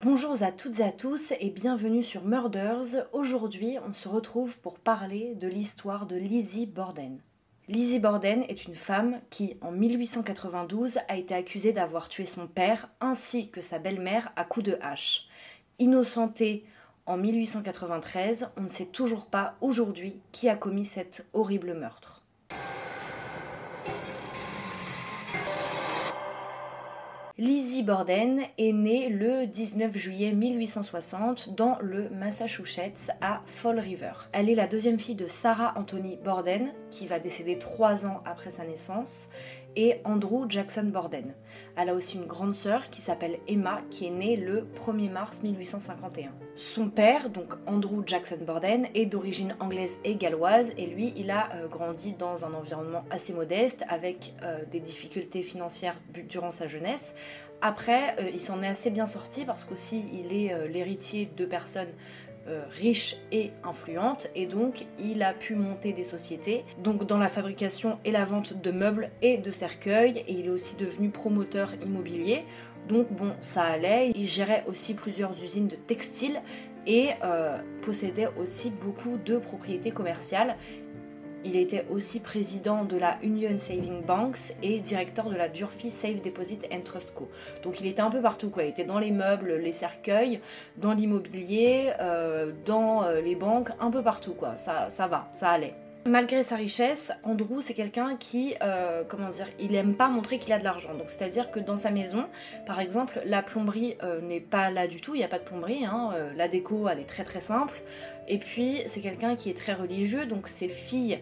Bonjour à toutes et à tous et bienvenue sur Murders. Aujourd'hui, on se retrouve pour parler de l'histoire de Lizzie Borden. Lizzie Borden est une femme qui, en 1892, a été accusée d'avoir tué son père ainsi que sa belle-mère à coups de hache. Innocentée en 1893, on ne sait toujours pas aujourd'hui qui a commis cet horrible meurtre. Lizzie Borden est née le 19 juillet 1860 dans le Massachusetts à Fall River. Elle est la deuxième fille de Sarah Anthony Borden, qui va décéder 3 ans après sa naissance, et Andrew Jackson Borden. Elle a aussi une grande sœur qui s'appelle Emma, qui est née le 1er mars 1851. Son père, donc Andrew Jackson Borden, est d'origine anglaise et galloise, et lui, il a grandi dans un environnement assez modeste, avec des difficultés financières durant sa jeunesse. Après, il s'en est assez bien sorti, parce qu'aussi, il est l'héritier de personnes riche et influente, et donc il a pu monter des sociétés donc dans la fabrication et la vente de meubles et de cercueils, et il est aussi devenu promoteur immobilier, donc bon, ça allait. Il gérait aussi plusieurs usines de textiles et possédait aussi beaucoup de propriétés commerciales. Il était aussi président de la Union Saving Banks et directeur de la Durfee Safe Deposit and Trust Co. Donc il était un peu partout, quoi. Il était dans les meubles, les cercueils, dans l'immobilier, dans les banques, un peu partout, quoi. Ça va, ça allait. Malgré sa richesse, Andrew, c'est quelqu'un qui, il aime pas montrer qu'il a de l'argent. Donc c'est-à-dire que dans sa maison, par exemple, la plomberie n'est pas là du tout, il n'y a pas de plomberie, la déco, elle est très très simple. Et puis, c'est quelqu'un qui est très religieux, donc ses filles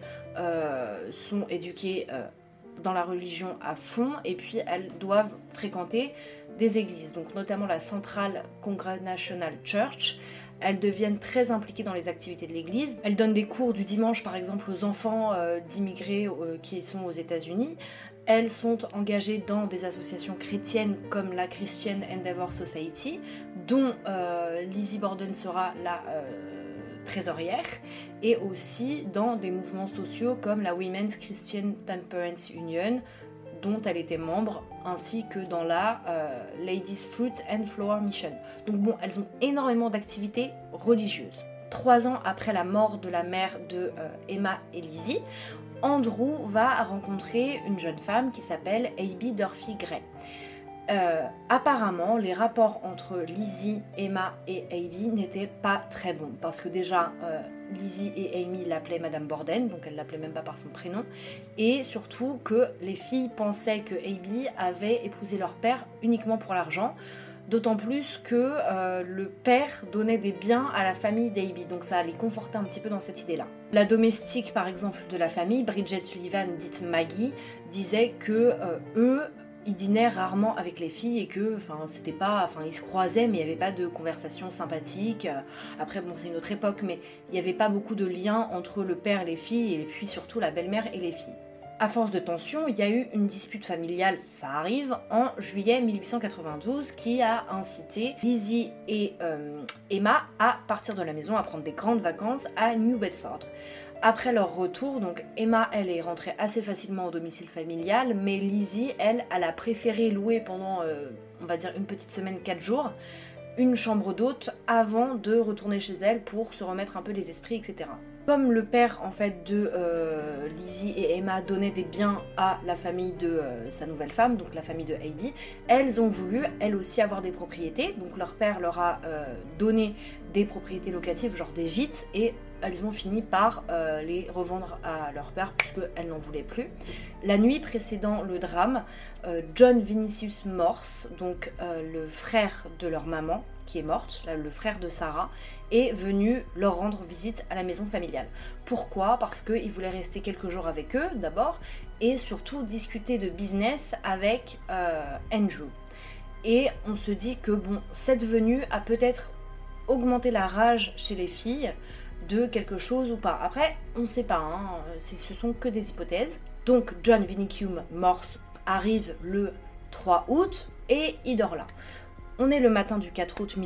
sont éduquées dans la religion à fond, et puis elles doivent fréquenter des églises, donc notamment la Central Congregational Church. Elles deviennent très impliquées dans les activités de l'église. Elles donnent des cours du dimanche, par exemple, aux enfants d'immigrés qui sont aux États-Unis. Elles sont engagées dans des associations chrétiennes comme la Christian Endeavor Society, dont Lizzie Borden sera la trésorière, et aussi dans des mouvements sociaux comme la Women's Christian Temperance Union, dont elle était membre, ainsi que dans la Ladies Fruit and Flower Mission. Donc bon, elles ont énormément d'activités religieuses. 3 ans après la mort de la mère de Emma et Lizzie, Andrew va rencontrer une jeune femme qui s'appelle Abby Durfee Gray. Apparemment, les rapports entre Lizzie, Emma et Abby n'étaient pas très bons, parce que déjà Lizzie et Amy l'appelaient Madame Borden, donc elle l'appelait même pas par son prénom, et surtout que les filles pensaient que Abby avait épousé leur père uniquement pour l'argent, d'autant plus que le père donnait des biens à la famille d'Abby, donc ça les confortait un petit peu dans cette idée-là. La domestique, par exemple, de la famille, Bridget Sullivan, dite Maggie, disait que ils dînaient rarement avec les filles et que, ils se croisaient, mais il n'y avait pas de conversation sympathique. Après, bon, c'est une autre époque, mais il n'y avait pas beaucoup de liens entre le père et les filles, et puis surtout la belle-mère et les filles. À force de tension, il y a eu une dispute familiale, ça arrive, en juillet 1892, qui a incité Lizzie et Emma à partir de la maison, à prendre des grandes vacances à New Bedford. Après leur retour, donc Emma, elle est rentrée assez facilement au domicile familial, mais Lizzie, elle a préféré louer pendant, on va dire, une petite semaine, 4 jours, une chambre d'hôte avant de retourner chez elle pour se remettre un peu les esprits, etc. Comme le père, en fait, de Lizzie et Emma donnait des biens à la famille de sa nouvelle femme, donc la famille de Abby, elles ont voulu, elles aussi, avoir des propriétés. Donc leur père leur a donné des propriétés locatives, genre des gîtes, et elles ont fini par les revendre à leur père puisqu'elles n'en voulaient plus. La nuit précédant le drame, John Vinicius Morse, donc le frère de leur maman qui est morte, le frère de Sarah, est venu leur rendre visite à la maison familiale. Pourquoi ? Parce qu'il voulait rester quelques jours avec eux d'abord, et surtout discuter de business avec Andrew. Et on se dit que bon, cette venue a peut-être augmenté la rage chez les filles de quelque chose ou pas. Après, on ne sait pas, ce sont que des hypothèses. Donc John Vinicius Morse arrive le 3 août et il dort là. On est le matin du 4 août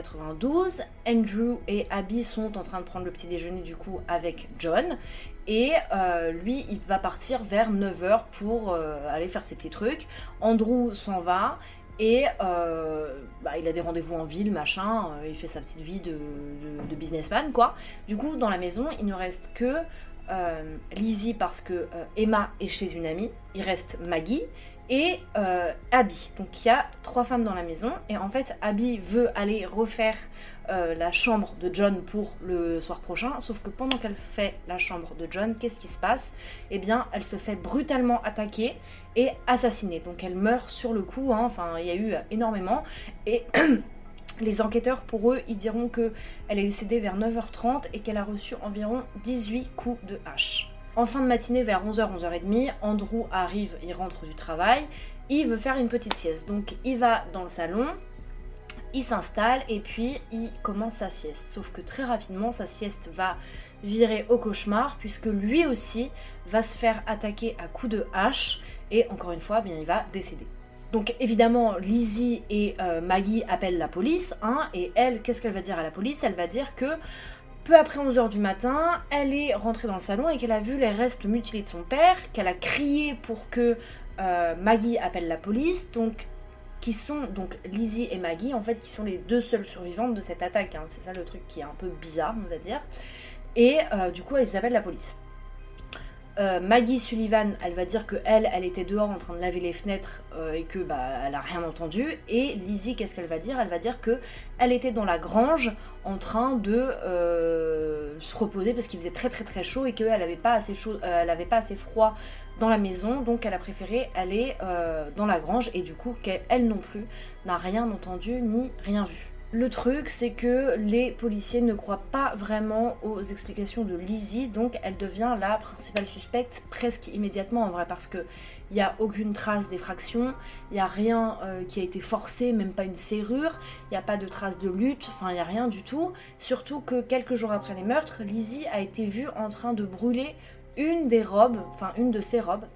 1892, Andrew et Abby sont en train de prendre le petit déjeuner du coup avec John, et lui il va partir vers 9h pour aller faire ses petits trucs. Andrew s'en va Et il a des rendez-vous en ville, machin, il fait sa petite vie de businessman, quoi. Du coup, dans la maison, il ne reste que Lizzie parce que Emma est chez une amie, il reste Maggie et Abby. Donc il y a 3 femmes dans la maison et en fait Abby veut aller refaire la chambre de John pour le soir prochain, sauf que pendant qu'elle fait la chambre de John, qu'est-ce qui se passe? Eh bien, elle se fait brutalement attaquer et assassiner. Donc elle meurt sur le coup, hein. Enfin il y a eu énormément et les enquêteurs, pour eux, ils diront qu'elle est décédée vers 9h30 et qu'elle a reçu environ 18 coups de hache. En fin de matinée, vers 11h, 11h30, Andrew arrive, il rentre du travail, il veut faire une petite sieste. Donc il va dans le salon, il s'installe et puis il commence sa sieste. Sauf que très rapidement, sa sieste va virer au cauchemar puisque lui aussi va se faire attaquer à coups de hache et encore une fois, bien, il va décéder. Donc évidemment, Lizzie et Maggie appellent la police, hein, et elle, qu'est-ce qu'elle va dire à la police? Elle va dire que peu après 11h du matin, elle est rentrée dans le salon et qu'elle a vu les restes mutilés de son père, qu'elle a crié pour que Maggie appelle la police, donc qui sont donc Lizzie et Maggie, en fait, qui sont les 2 seules survivantes de cette attaque, hein. C'est ça le truc qui est un peu bizarre, on va dire. Et du coup, elles appellent la police. Maggie Sullivan, elle va dire que elle était dehors en train de laver les fenêtres et que elle a rien entendu. Et Lizzie, qu'est-ce qu'elle va dire? Elle va dire que elle était dans la grange en train de se reposer parce qu'il faisait très très très chaud et qu'elle avait pas assez chaud, elle avait pas assez froid dans la maison, donc elle a préféré aller dans la grange et du coup qu'elle non plus n'a rien entendu ni rien vu. Le truc, c'est que les policiers ne croient pas vraiment aux explications de Lizzie, donc elle devient la principale suspecte presque immédiatement en vrai, parce qu'il n'y a aucune trace d'effraction, il n'y a rien qui a été forcé, même pas une serrure, il n'y a pas de trace de lutte, enfin il n'y a rien du tout. Surtout que quelques jours après les meurtres, Lizzie a été vue en train de brûler une de ses robes.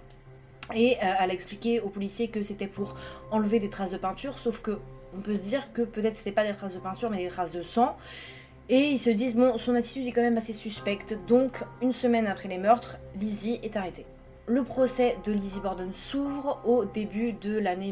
Et elle a expliqué aux policiers que c'était pour enlever des traces de peinture, sauf que on peut se dire que peut-être c'était pas des traces de peinture mais des traces de sang. Et ils se disent, bon, son attitude est quand même assez suspecte, donc une semaine après les meurtres, Lizzie est arrêtée. Le procès de Lizzie Borden s'ouvre au début de l'année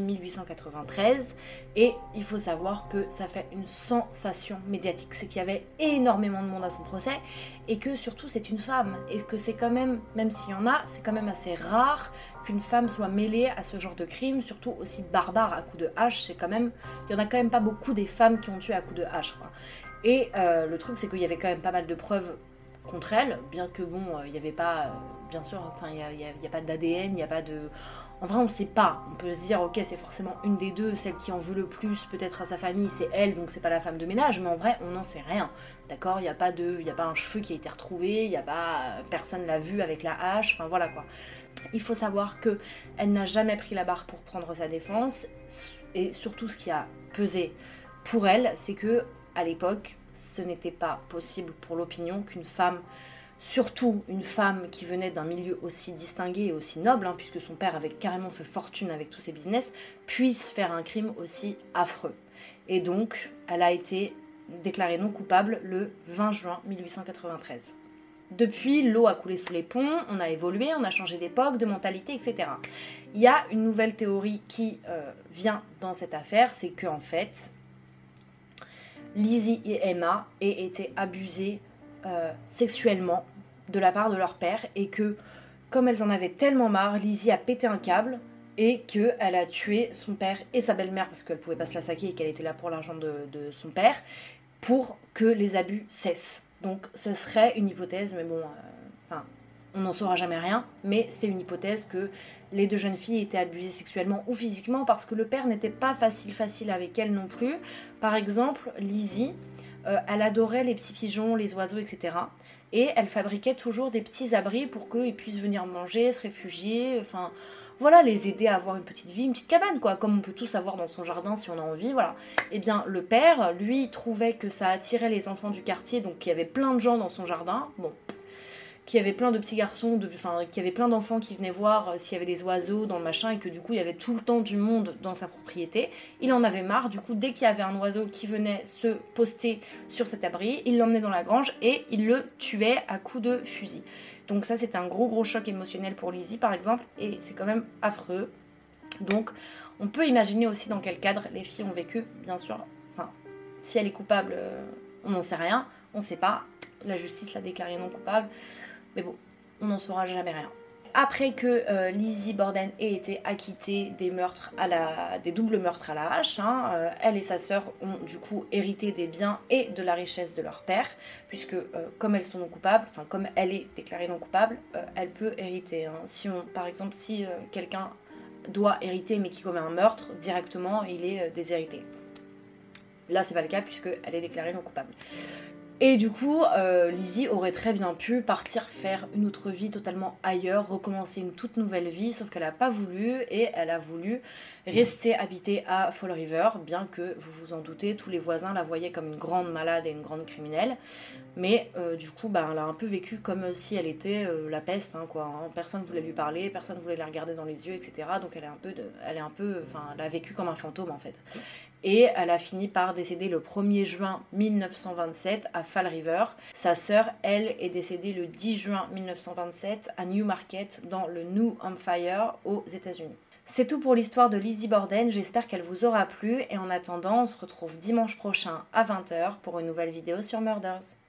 1893 et il faut savoir que ça fait une sensation médiatique. C'est qu'il y avait énormément de monde à son procès et que surtout c'est une femme et que c'est quand même s'il y en a, c'est quand même assez rare qu'une femme soit mêlée à ce genre de crime, surtout aussi barbare à coups de hache. Il y en a quand même pas beaucoup des femmes qui ont tué à coups de hache, quoi. Et le truc c'est qu'il y avait quand même pas mal de preuves contre elle, bien que bon, il n'y avait pas, bien sûr, enfin, il n'y a pas d'ADN, il n'y a pas de... En vrai, on ne sait pas. On peut se dire, ok, c'est forcément une des deux, celle qui en veut le plus, peut-être à sa famille, c'est elle, donc c'est pas la femme de ménage, mais en vrai, on n'en sait rien. D'accord? Il n'y a pas un cheveu qui a été retrouvé, il n'y a pas... Personne l'a vu avec la hache, enfin voilà quoi. Il faut savoir qu'elle n'a jamais pris la barre pour prendre sa défense, et surtout ce qui a pesé pour elle, c'est que à l'époque, ce n'était pas possible pour l'opinion qu'une femme, surtout une femme qui venait d'un milieu aussi distingué et aussi noble, hein, puisque son père avait carrément fait fortune avec tous ses business, puisse faire un crime aussi affreux. Et donc, elle a été déclarée non coupable le 20 juin 1893. Depuis, l'eau a coulé sous les ponts, on a évolué, on a changé d'époque, de mentalité, etc. Il y a une nouvelle théorie qui vient dans cette affaire, c'est qu'en fait, Lizzie et Emma aient été abusées sexuellement de la part de leur père et que, comme elles en avaient tellement marre, Lizzie a pété un câble et qu'elle a tué son père et sa belle-mère parce qu'elle pouvait pas se la saquer et qu'elle était là pour l'argent de son père pour que les abus cessent. Donc ça serait une hypothèse, mais bon, on n'en saura jamais rien, mais c'est une hypothèse que les 2 jeunes filles étaient abusées sexuellement ou physiquement parce que le père n'était pas facile avec elles non plus. Par exemple, Lizzie, elle adorait les petits pigeons, les oiseaux, etc. Et elle fabriquait toujours des petits abris pour qu'ils puissent venir manger, se réfugier, enfin voilà, les aider à avoir une petite vie, une petite cabane, quoi, comme on peut tous avoir dans son jardin si on a envie, voilà. Eh bien, le père, lui, trouvait que ça attirait les enfants du quartier, donc il y avait plein de gens dans son jardin, bon, qu'il y avait plein de petits garçons, qu'il y avait plein d'enfants qui venaient voir s'il y avait des oiseaux dans le machin, et que du coup, il y avait tout le temps du monde dans sa propriété. Il en avait marre, du coup, dès qu'il y avait un oiseau qui venait se poster sur cet abri, il l'emmenait dans la grange et il le tuait à coups de fusil. Donc ça, c'était un gros choc émotionnel pour Lizzie, par exemple, et c'est quand même affreux. Donc, On peut imaginer aussi dans quel cadre les filles ont vécu, bien sûr. Enfin, si elle est coupable, on n'en sait rien, on ne sait pas. La justice l'a déclarée non coupable, mais bon, on n'en saura jamais rien. Après que Lizzie Borden ait été acquittée des meurtres des doubles meurtres à la hache, elle et sa sœur ont du coup hérité des biens et de la richesse de leur père, puisque comme elles sont non coupables, enfin comme elle est déclarée non coupable, elle peut hériter. Par exemple, si quelqu'un doit hériter mais qui commet un meurtre, directement il est déshérité. Là c'est pas le cas puisqu'elle est déclarée non coupable. Et du coup, Lizzie aurait très bien pu partir faire une autre vie totalement ailleurs, recommencer une toute nouvelle vie, sauf qu'elle n'a pas voulu et elle a voulu rester habiter à Fall River, bien que, vous vous en doutez, tous les voisins la voyaient comme une grande malade et une grande criminelle. Mais du coup, elle a un peu vécu comme si elle était la peste, Personne ne voulait lui parler, personne ne voulait la regarder dans les yeux, etc. Donc elle a vécu comme un fantôme en fait. Et elle a fini par décéder le 1er juin 1927 à Fall River. Sa sœur, elle, est décédée le 10 juin 1927 à Newmarket, dans le New Hampshire, aux États-Unis. C'est tout pour l'histoire de Lizzie Borden, j'espère qu'elle vous aura plu et en attendant, on se retrouve dimanche prochain à 20 h pour une nouvelle vidéo sur Murders.